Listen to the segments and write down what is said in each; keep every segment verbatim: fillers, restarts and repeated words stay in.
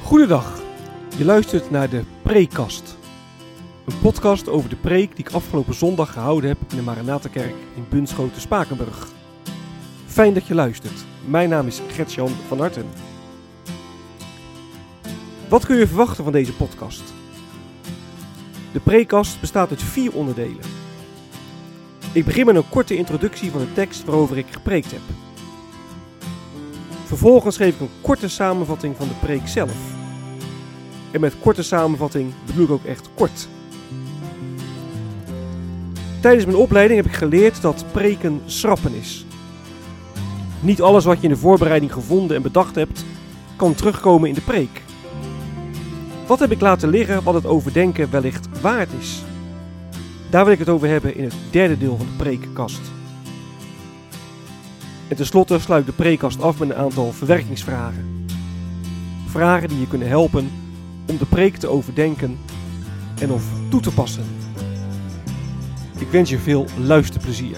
Goedendag, je luistert naar de Preekkast. Een podcast over de preek die ik afgelopen zondag gehouden heb in de Maranathakerk in Bunschoten-Spakenburg. Fijn dat je luistert. Mijn naam is Gert-Jan van Harten. Wat kun je verwachten van deze podcast? De Preekkast bestaat uit vier onderdelen. Ik begin met een korte introductie van de tekst waarover ik gepreekt heb. Vervolgens geef ik een korte samenvatting van de preek zelf. En met korte samenvatting bedoel ik ook echt kort. Tijdens mijn opleiding heb ik geleerd dat preken schrappen is. Niet alles wat je in de voorbereiding gevonden en bedacht hebt, kan terugkomen in de preek. Wat heb ik laten liggen wat het overdenken wellicht waard is? Daar wil ik het over hebben in het derde deel van de preekkast. En tenslotte sluit ik de preekkast af met een aantal verwerkingsvragen. Vragen die je kunnen helpen om de preek te overdenken en of toe te passen. Ik wens je veel luisterplezier.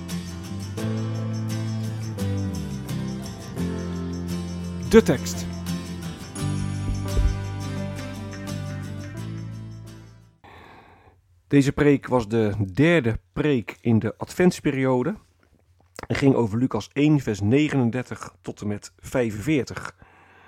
De tekst. Deze preek was de derde preek in de adventsperiode en ging over Lucas één vers negenendertig tot en met vijfenveertig.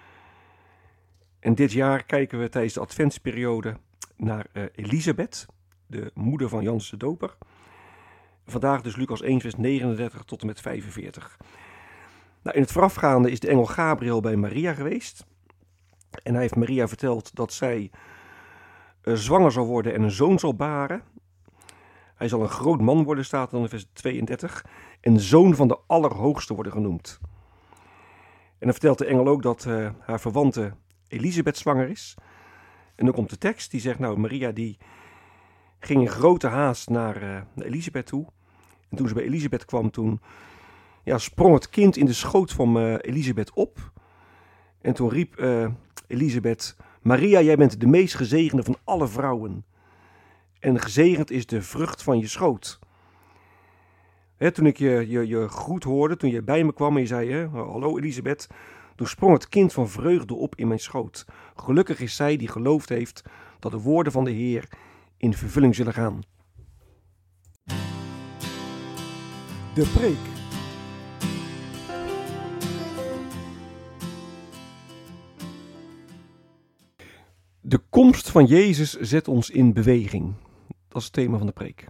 En dit jaar kijken we tijdens de adventsperiode naar uh, Elisabeth, de moeder van Johannes de Doper. Vandaag dus Lucas één vers negenendertig tot en met vijfenveertig. Nou, in het voorafgaande is de engel Gabriel bij Maria geweest. En hij heeft Maria verteld dat zij uh, zwanger zal worden en een zoon zal baren. Hij zal een groot man worden, staat dan in vers tweeëndertig. En zoon van de Allerhoogste worden genoemd. En dan vertelt de engel ook dat uh, haar verwante Elisabeth zwanger is. En dan komt de tekst die zegt, nou Maria die ging in grote haast naar, uh, naar Elisabeth toe. En toen ze bij Elisabeth kwam, toen ja, sprong het kind in de schoot van uh, Elisabeth op. En toen riep uh, Elisabeth, Maria, jij bent de meest gezegende van alle vrouwen. En gezegend is de vrucht van je schoot. Hè, toen ik je, je, je groet hoorde, toen je bij me kwam en je zei, hè, hallo Elisabeth, toen sprong het kind van vreugde op in mijn schoot. Gelukkig is zij die geloofd heeft dat de woorden van de Heer in vervulling zullen gaan. De preek. De komst van Jezus zet ons in beweging. Dat is het thema van de preek.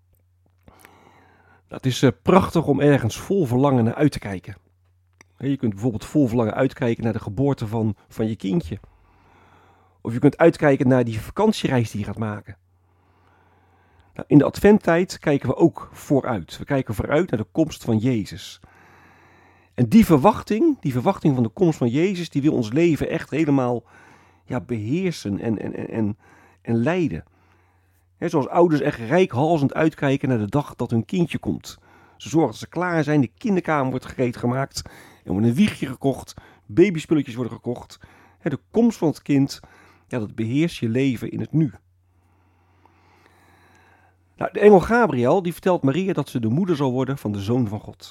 Nou, het is uh, prachtig om ergens vol verlangen naar uit te kijken. Je kunt bijvoorbeeld vol verlangen uitkijken naar de geboorte van, van je kindje. Of je kunt uitkijken naar die vakantiereis die je gaat maken. Nou, in de adventtijd kijken we ook vooruit. We kijken vooruit naar de komst van Jezus. En die verwachting, die verwachting van de komst van Jezus, die wil ons leven echt helemaal ja, beheersen en, en, en, en leiden. He, zoals ouders echt reikhalzend uitkijken naar de dag dat hun kindje komt. Ze zorgen dat ze klaar zijn, de kinderkamer wordt gereed gemaakt. Er wordt een wiegje gekocht, babyspulletjes worden gekocht. He, de komst van het kind, ja, dat beheerst je leven in het nu. Nou, de engel Gabriel die vertelt Maria dat ze de moeder zal worden van de Zoon van God.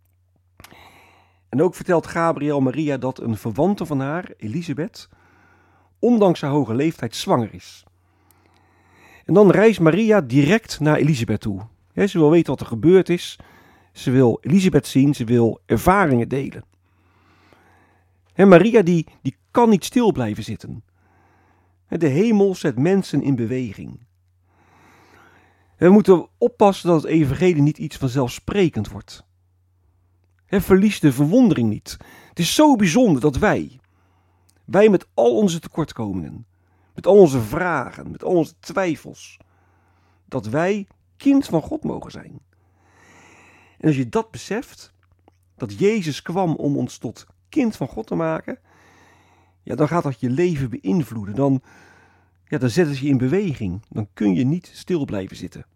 En ook vertelt Gabriel Maria dat een verwante van haar, Elisabeth, ondanks haar hoge leeftijd zwanger is. En dan reist Maria direct naar Elisabeth toe. He, ze wil weten wat er gebeurd is. Ze wil Elisabeth zien, ze wil ervaringen delen. En Maria die, die kan niet stil blijven zitten. De hemel zet mensen in beweging. We moeten oppassen dat het evangelie niet iets vanzelfsprekend wordt. He, verlies de verwondering niet. Het is zo bijzonder dat wij, wij met al onze tekortkomingen, met al onze vragen, met al onze twijfels, dat wij kind van God mogen zijn. En als je dat beseft, dat Jezus kwam om ons tot kind van God te maken, ja, dan gaat dat je leven beïnvloeden. Dan, ja, dan zet het je in beweging. Dan kun je niet stil blijven zitten.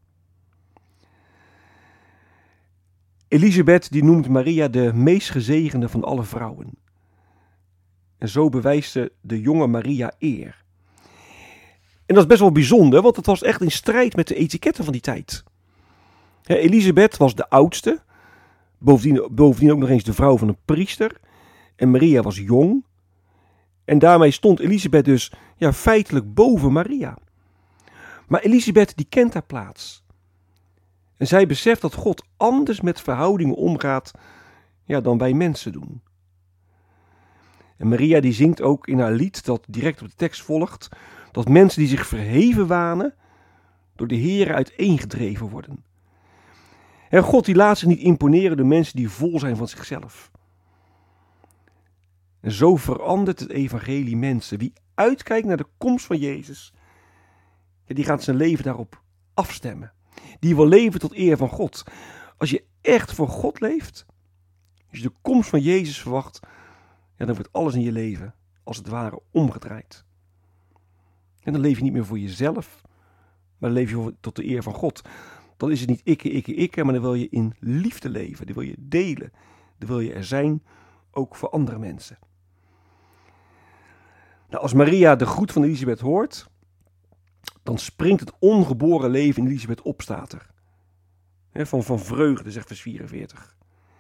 Elisabeth die noemt Maria de meest gezegende van alle vrouwen. En zo bewijst ze de jonge Maria eer. En dat is best wel bijzonder, want het was echt in strijd met de etiketten van die tijd. Elisabeth was de oudste, bovendien, bovendien ook nog eens de vrouw van een priester. En Maria was jong. En daarmee stond Elisabeth dus ja, feitelijk boven Maria. Maar Elisabeth die kent haar plaats. En zij beseft dat God anders met verhoudingen omgaat ja, dan wij mensen doen. En Maria die zingt ook in haar lied dat direct op de tekst volgt, dat mensen die zich verheven wanen, door de Heere uiteengedreven worden. En God die laat zich niet imponeren door mensen die vol zijn van zichzelf. En zo verandert het evangelie mensen. Wie uitkijkt naar de komst van Jezus, ja, die gaat zijn leven daarop afstemmen. Die wil leven tot eer van God. Als je echt voor God leeft, als je de komst van Jezus verwacht, ja, dan wordt alles in je leven als het ware omgedraaid. En dan leef je niet meer voor jezelf, maar dan leef je tot de eer van God. Dan is het niet ikke, ikke, ikke, maar dan wil je in liefde leven. Dan wil je delen. Dan wil je er zijn, ook voor andere mensen. Nou, als Maria de groet van Elisabeth hoort, dan springt het ongeboren leven in Elisabeth op, staat er. He, van, van vreugde, zegt vers vierenveertig.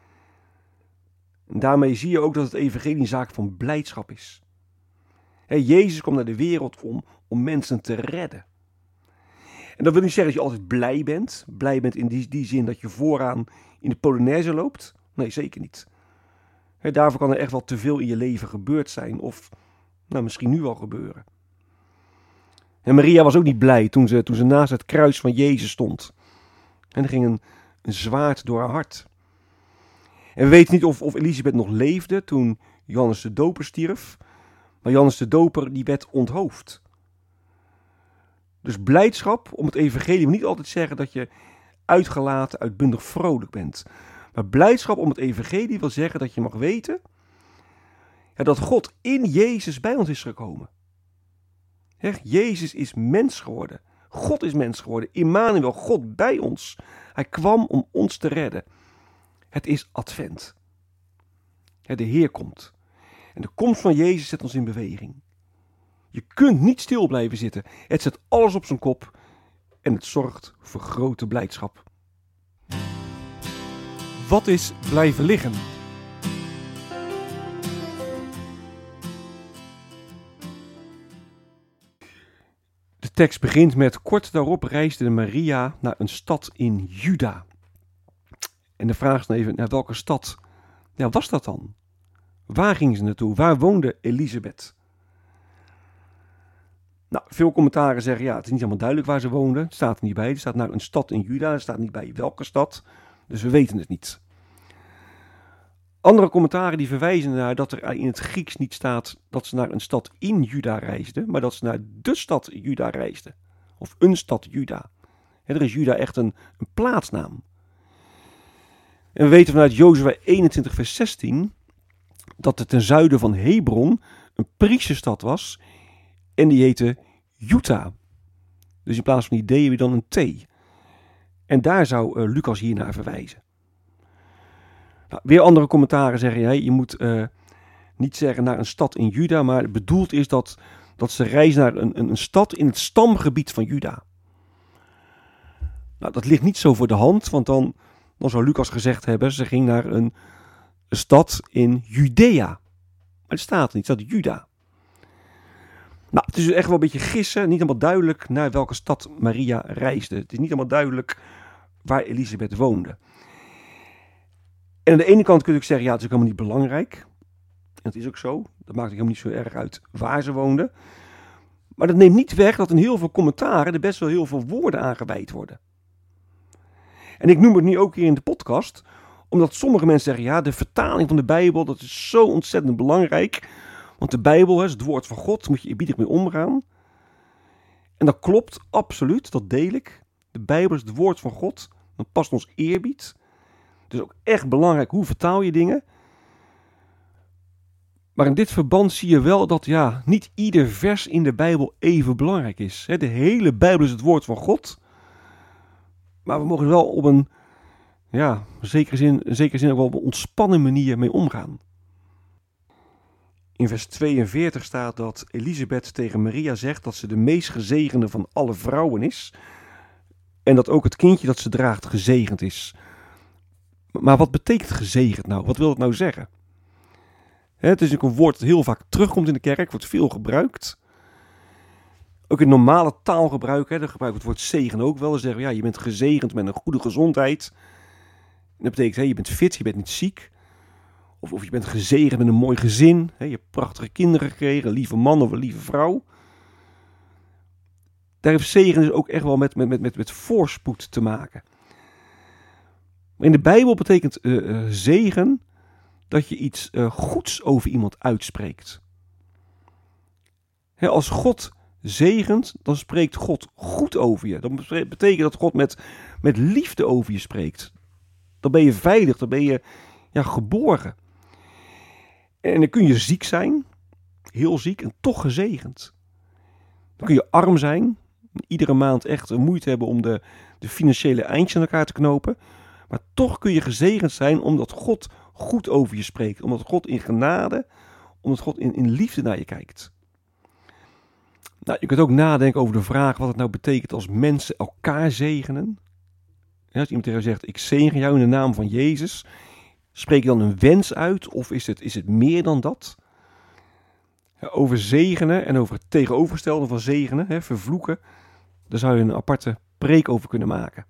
En daarmee zie je ook dat het evangelie een zaak van blijdschap is. He, Jezus kwam naar de wereld om, om mensen te redden. En dat wil niet zeggen dat je altijd blij bent. Blij bent in die, die zin dat je vooraan in de Polonaise loopt. Nee, zeker niet. He, daarvoor kan er echt wel te veel in je leven gebeurd zijn. Of nou, misschien nu wel gebeuren. En Maria was ook niet blij toen ze, toen ze naast het kruis van Jezus stond. En er ging een, een zwaard door haar hart. En we weten niet of, of Elisabeth nog leefde toen Johannes de Doper stierf. Maar Johannes de Doper die werd onthoofd. Dus blijdschap, om het evangelie niet altijd zeggen dat je uitgelaten, uitbundig vrolijk bent. Maar blijdschap om het evangelie wil zeggen dat je mag weten ja, dat God in Jezus bij ons is gekomen. He, Jezus is mens geworden. God is mens geworden. Immanuel, God bij ons. Hij kwam om ons te redden. Het is advent. He, de Heer komt. En de komst van Jezus zet ons in beweging. Je kunt niet stil blijven zitten. Het zet alles op zijn kop en het zorgt voor grote blijdschap. Wat is blijven liggen? De tekst begint met: kort daarop reisde Maria naar een stad in Juda. En de vraag is dan even, naar welke stad ja, was dat dan? Waar ging ze naartoe? Waar woonde Elisabeth? Nou, veel commentaren zeggen, ja, het is niet helemaal duidelijk waar ze woonde. Het staat er niet bij. Er staat naar een stad in Juda. Er staat niet bij welke stad. Dus we weten het niet. Andere commentaren die verwijzen naar dat er in het Grieks niet staat dat ze naar een stad in Juda reisde, maar dat ze naar de stad Juda reisde. Of een stad Juda. En er is Juda echt een, een plaatsnaam. En we weten vanuit Jozua eenentwintig vers zestien dat het ten zuiden van Hebron een priesterstad was. En die heette Juta. Dus in plaats van die D heb je dan een T. En daar zou uh, Lucas hier naar verwijzen. Nou, weer andere commentaren zeggen, hey, je moet uh, niet zeggen naar een stad in Juda, maar bedoeld is dat, dat ze reizen naar een, een, een stad in het stamgebied van Juda. Nou, dat ligt niet zo voor de hand, want dan, dan zou Lucas gezegd hebben, ze ging naar een, een stad in Judea. Maar het staat er niet, het staat Juda. Nou, het is dus echt wel een beetje gissen, niet helemaal duidelijk naar welke stad Maria reisde. Het is niet helemaal duidelijk waar Elisabeth woonde. En aan de ene kant kun je ook zeggen, ja, het is ook helemaal niet belangrijk. En dat is ook zo, dat maakt ook helemaal niet zo erg uit waar ze woonde. Maar dat neemt niet weg dat in heel veel commentaren er best wel heel veel woorden aan gewijd worden. En ik noem het nu ook hier in de podcast, omdat sommige mensen zeggen, ja, de vertaling van de Bijbel, dat is zo ontzettend belangrijk. Want de Bijbel is het woord van God, daar moet je eerbiedig mee omgaan. En dat klopt, absoluut, dat deel ik. De Bijbel is het woord van God, dan past ons eerbied. Dus ook echt belangrijk, hoe vertaal je dingen? Maar in dit verband zie je wel dat ja, niet ieder vers in de Bijbel even belangrijk is. De hele Bijbel is het woord van God. Maar we mogen er wel op een, ja, zekere zin, in zekere zin ook wel op een ontspannen manier mee omgaan. In vers tweeënveertig staat dat Elisabeth tegen Maria zegt dat ze de meest gezegende van alle vrouwen is. En dat ook het kindje dat ze draagt gezegend is. Maar wat betekent gezegend nou? Wat wil het nou zeggen? Het is ook een woord dat heel vaak terugkomt in de kerk, wordt veel gebruikt. Ook in normale taalgebruik, hè, dan gebruikt het woord zegen ook wel. Dan zeggen we, ja, je bent gezegend met een goede gezondheid. En dat betekent, hè, je bent fit, je bent niet ziek. Of, of je bent gezegend met een mooi gezin. Hè, je hebt prachtige kinderen gekregen, een lieve man of een lieve vrouw. Daar heeft zegen dus ook echt wel met, met, met, met, met voorspoed te maken. Maar in de Bijbel betekent uh, uh, zegen dat je iets uh, goeds over iemand uitspreekt. Hè, als God zegent, dan spreekt God goed over je. Dat betekent dat God met, met liefde over je spreekt. Dan ben je veilig, dan ben je ja, geborgen. En dan kun je ziek zijn, heel ziek, en toch gezegend. Dan kun je arm zijn, iedere maand echt moeite hebben om de, de financiële eindjes aan elkaar te knopen. Maar toch kun je gezegend zijn omdat God goed over je spreekt. Omdat God in genade, omdat God in, in liefde naar je kijkt. Nou, je kunt ook nadenken over de vraag wat het nou betekent als mensen elkaar zegenen. Ja, als iemand tegen jou zegt, ik zegen jou in de naam van Jezus. Spreek je dan een wens uit of is het, is het meer dan dat? Ja, over zegenen en over het tegenovergestelde van zegenen, hè, vervloeken, daar zou je een aparte preek over kunnen maken.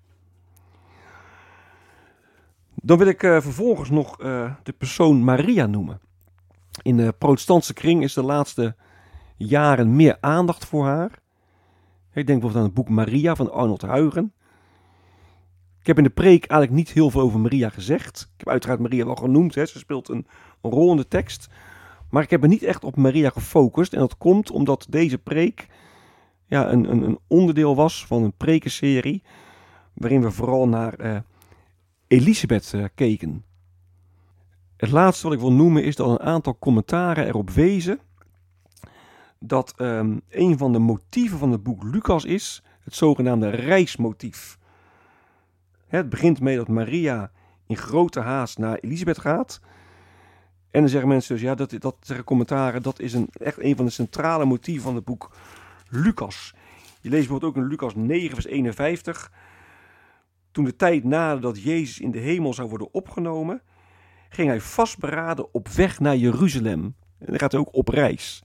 Dan wil ik uh, vervolgens nog uh, de persoon Maria noemen. In de protestantse kring is de laatste jaren meer aandacht voor haar. Ik denk bijvoorbeeld aan het boek Maria van Arnold Huygen. Ik heb in de preek eigenlijk niet heel veel over Maria gezegd. Ik heb uiteraard Maria wel genoemd, hè. Ze speelt een, een rol in de tekst. Maar ik heb me niet echt op Maria gefocust. En dat komt omdat deze preek ja, een, een, een onderdeel was van een prekenserie waarin we vooral naar uh, Elisabeth uh, keken. Het laatste wat ik wil noemen is dat een aantal commentaren erop wezen dat um, een van de motieven van het boek Lucas is het zogenaamde reismotief. Het begint mee dat Maria in grote haast naar Elisabeth gaat. En dan zeggen mensen dus, ja, dat, dat zeggen commentaren, dat is een, echt een van de centrale motieven van het boek Lucas. Je leest bijvoorbeeld ook in Lucas negen vers eenenvijftig. Toen de tijd naderde dat Jezus in de hemel zou worden opgenomen, ging hij vastberaden op weg naar Jeruzalem. En dan gaat hij ook op reis.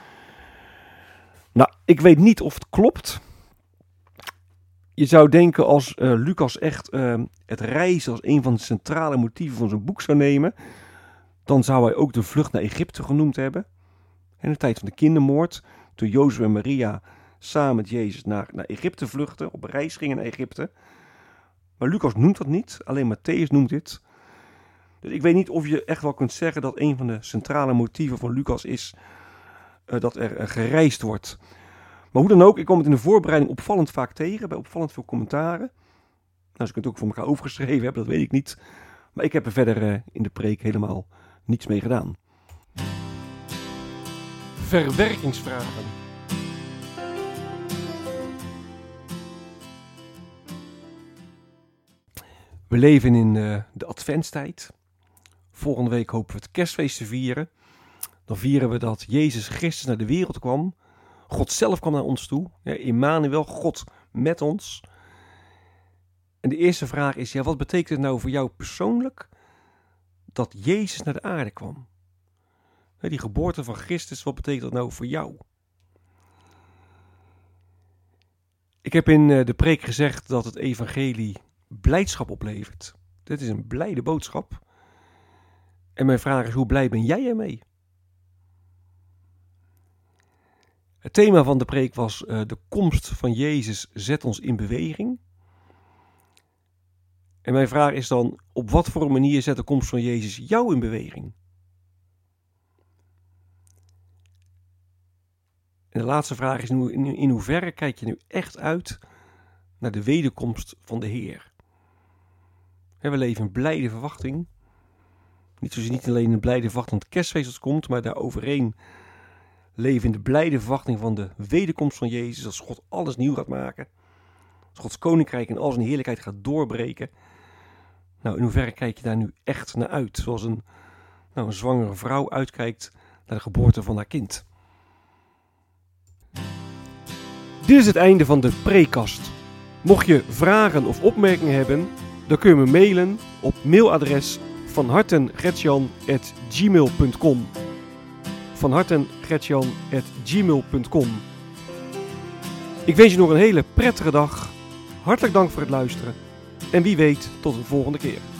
Nou, ik weet niet of het klopt. Je zou denken als uh, Lucas echt uh, het reizen als een van de centrale motieven van zijn boek zou nemen, dan zou hij ook de vlucht naar Egypte genoemd hebben. In de tijd van de kindermoord, toen Jozef en Maria samen met Jezus naar, naar Egypte vluchten, op reis gingen naar Egypte. Maar Lucas noemt dat niet, alleen Matthäus noemt dit. Dus ik weet niet of je echt wel kunt zeggen dat een van de centrale motieven van Lucas is uh, dat er uh, gereisd wordt. Maar hoe dan ook, ik kom het in de voorbereiding opvallend vaak tegen, bij opvallend veel commentaren. Nou, ze kunnen het ook voor elkaar overgeschreven hebben, dat weet ik niet. Maar ik heb er verder uh, in de preek helemaal niets mee gedaan. Verwerkingsvragen. We leven in uh, de adventstijd. Volgende week hopen we het kerstfeest te vieren. Dan vieren we dat Jezus Christus naar de wereld kwam. God zelf kwam naar ons toe. Ja, Immanuel, God met ons. En de eerste vraag is, ja, wat betekent het nou voor jou persoonlijk dat Jezus naar de aarde kwam? Ja, die geboorte van Christus, wat betekent dat nou voor jou? Ik heb in uh, de preek gezegd dat het evangelie blijdschap oplevert. Dit is een blijde boodschap. En mijn vraag is, hoe blij ben jij ermee? Het thema van de preek was uh, de komst van Jezus zet ons in beweging. En mijn vraag is dan, op wat voor manier zet de komst van Jezus jou in beweging? En de laatste vraag is, in, in hoeverre kijk je nu echt uit naar de wederkomst van de Heer? We leven in blijde verwachting. Niet zozeer niet alleen een blijde verwachting dat het kerstfeest dat komt, maar daaroverheen leven in de blijde verwachting van de wederkomst van Jezus, als God alles nieuw gaat maken. Als Gods koninkrijk en al zijn heerlijkheid gaat doorbreken. Nou, in hoeverre kijk je daar nu echt naar uit? Zoals een, nou, een zwangere vrouw uitkijkt naar de geboorte van haar kind. Dit is het einde van de preekkast. Mocht je vragen of opmerkingen hebben, dan kun je me mailen op mailadres van hartengretjan apenstaartje gmail punt com. van hartengretjan at gmail punt com. Ik wens je nog een hele prettige dag. Hartelijk dank voor het luisteren. En wie weet tot een volgende keer.